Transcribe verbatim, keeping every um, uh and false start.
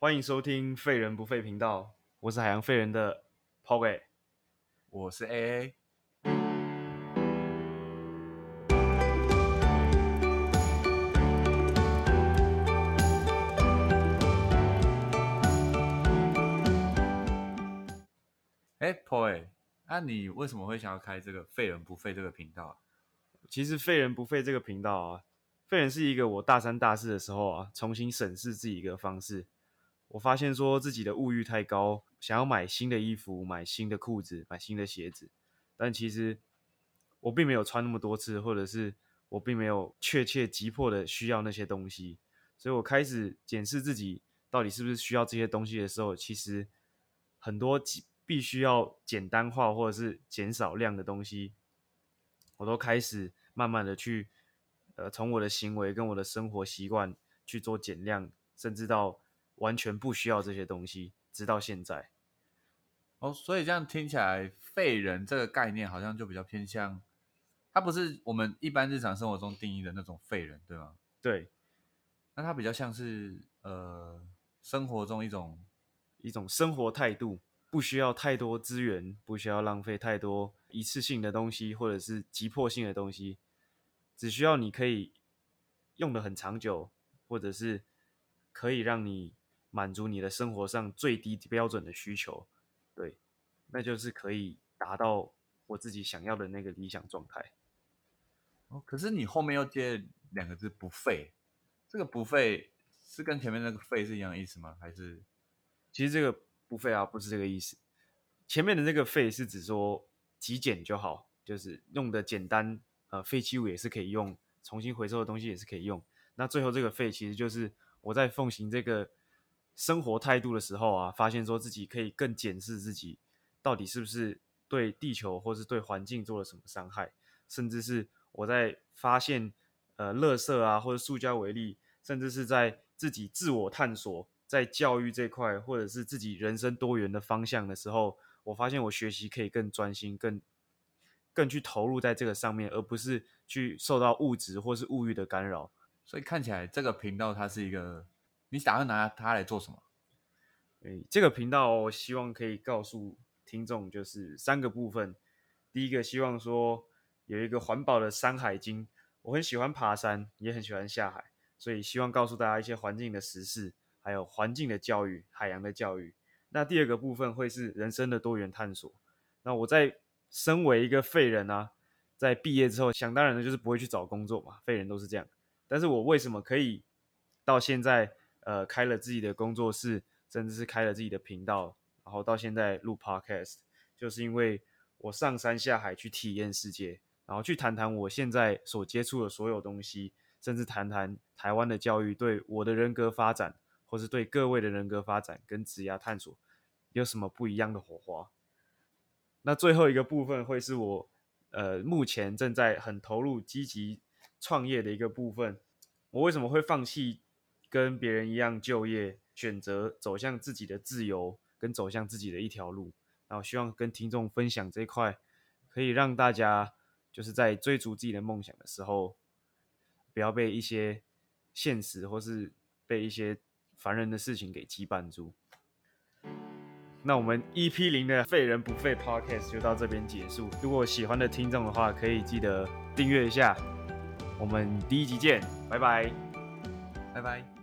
欢迎收听废人不废频道，我是海洋废人的 Poke， 我是 A A。哎 ，Poke， 那、啊、你为什么会想要开这个废人不废这个频道啊？ 其实废人不废这个频道啊，废人是一个我大三大四的时候啊，重新审视自己一个方式。我发现说自己的物欲太高，想要买新的衣服、买新的裤子、买新的鞋子，但其实我并没有穿那么多次，或者是我并没有确切急迫的需要那些东西，所以我开始检视自己到底是不是需要这些东西的时候，其实很多必须要简单化或者是减少量的东西，我都开始慢慢的去呃，从我的行为跟我的生活习惯去做减量，甚至到完全不需要这些东西，直到现在。 哦，所以这样听起来，废人这个概念好像就比较偏向，它不是我们一般日常生活中定义的那种废人，对吗？ 对， 那它比较像是呃，生活中一种一种生活态度，不需要太多资源，不需要浪费太多一次性的东西，或者是急迫性的东西，只需要你可以用得很长久，或者是可以让你满足你的生活上最低标准的需求，对，那就是可以达到我自己想要的那个理想状态。 哦，可是你后面又接两个字不废，这个不废是跟前面那个废是一样的意思吗？还是其实这个不废啊，不是这个意思。前面的这个废是指说极简就好，就是用的简单，呃，废弃物也是可以用，重新回收的东西也是可以用。那最后这个废其实就是我在奉行这个生活态度的时候啊，发现说自己可以更检视自己到底是不是对地球或是对环境做了什么伤害，甚至是我在发现呃垃圾啊或者塑胶为例，甚至是在自己自我探索在教育这块或者是自己人生多元的方向的时候，我发现我学习可以更专心，更更去投入在这个上面，而不是去受到物质或是物欲的干扰。 所以看起来这个频道它是一个，你打算拿它来做什么？ 诶，这个频道我希望可以告诉听众就是三个部分。第一个希望说有一个环保的山海经，我很喜欢爬山，也很喜欢下海，所以希望告诉大家一些环境的时事，还有环境的教育、海洋的教育。那第二个部分会是人生的多元探索。那我在身为一个废人啊，在毕业之后，想当然的就是不会去找工作嘛，废人都是这样。但是我为什么可以到现在呃开了自己的工作室，甚至是开了自己的频道，然后到现在录 podcast， 就是因为我上山下海去体验世界，然后去谈谈我现在所接触的所有东西，甚至谈谈台湾的教育对我的人格发展，或是对各位的人格发展跟职涯探索有什么不一样的火花。那最后一个部分会是我呃目前正在很投入积极创业的一个部分。我为什么会放弃跟别人一样就业，选择走向自己的自由，跟走向自己的一条路？然后希望跟听众分享这一块，可以让大家就是在追逐自己的梦想的时候，不要被一些现实或是被一些烦人的事情给羁绊住。那我们 E P 零 的废人不废 Podcast 就到这边结束。如果喜欢的听众的话，可以记得订阅一下。我们第一集见，拜拜， 拜拜。